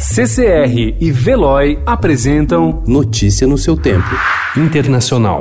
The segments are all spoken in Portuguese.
CCR e Veloy apresentam Notícia no seu tempo. Internacional.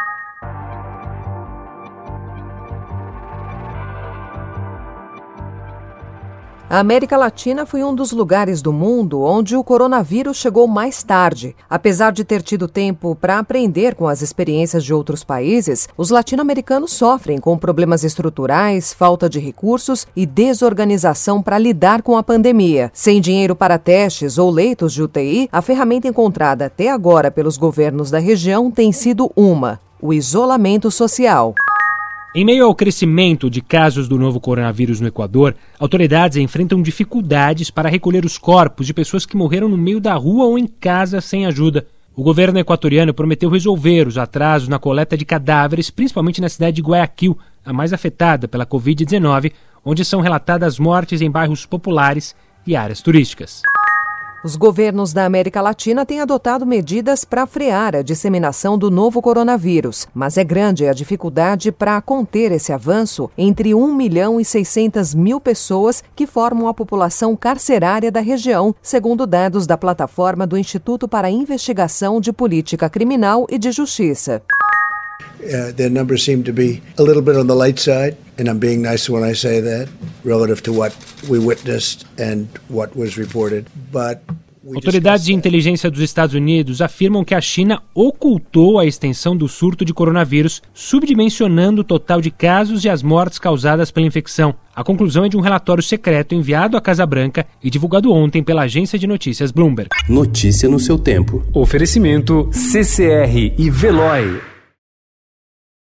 A América Latina foi um dos lugares do mundo onde o coronavírus chegou mais tarde. Apesar de ter tido tempo para aprender com as experiências de outros países, os latino-americanos sofrem com problemas estruturais, falta de recursos e desorganização para lidar com a pandemia. Sem dinheiro para testes ou leitos de UTI, a ferramenta encontrada até agora pelos governos da região tem sido o isolamento social. Em meio ao crescimento de casos do novo coronavírus no Equador, autoridades enfrentam dificuldades para recolher os corpos de pessoas que morreram no meio da rua ou em casa sem ajuda. O governo equatoriano prometeu resolver os atrasos na coleta de cadáveres, principalmente na cidade de Guayaquil, a mais afetada pela Covid-19, onde são relatadas mortes em bairros populares e áreas turísticas. Os governos da América Latina têm adotado medidas para frear a disseminação do novo coronavírus, mas é grande a dificuldade para conter esse avanço entre 1.600.000 pessoas que formam a população carcerária da região, segundo dados da plataforma do Instituto para a Investigação de Política Criminal e de Justiça. Their numbers seem to be a little bit on the light side, and I'm being nice when I say that, relative to what we witnessed and what was reported. But autoridades de inteligência dos Estados Unidos afirmam que a China ocultou a extensão do surto de coronavírus, subdimensionando o total de casos e as mortes causadas pela infecção. A conclusão é de um relatório secreto enviado à Casa Branca e divulgado ontem pela agência de notícias Bloomberg. Notícia no seu tempo. Oferecimento CCR e Veloy.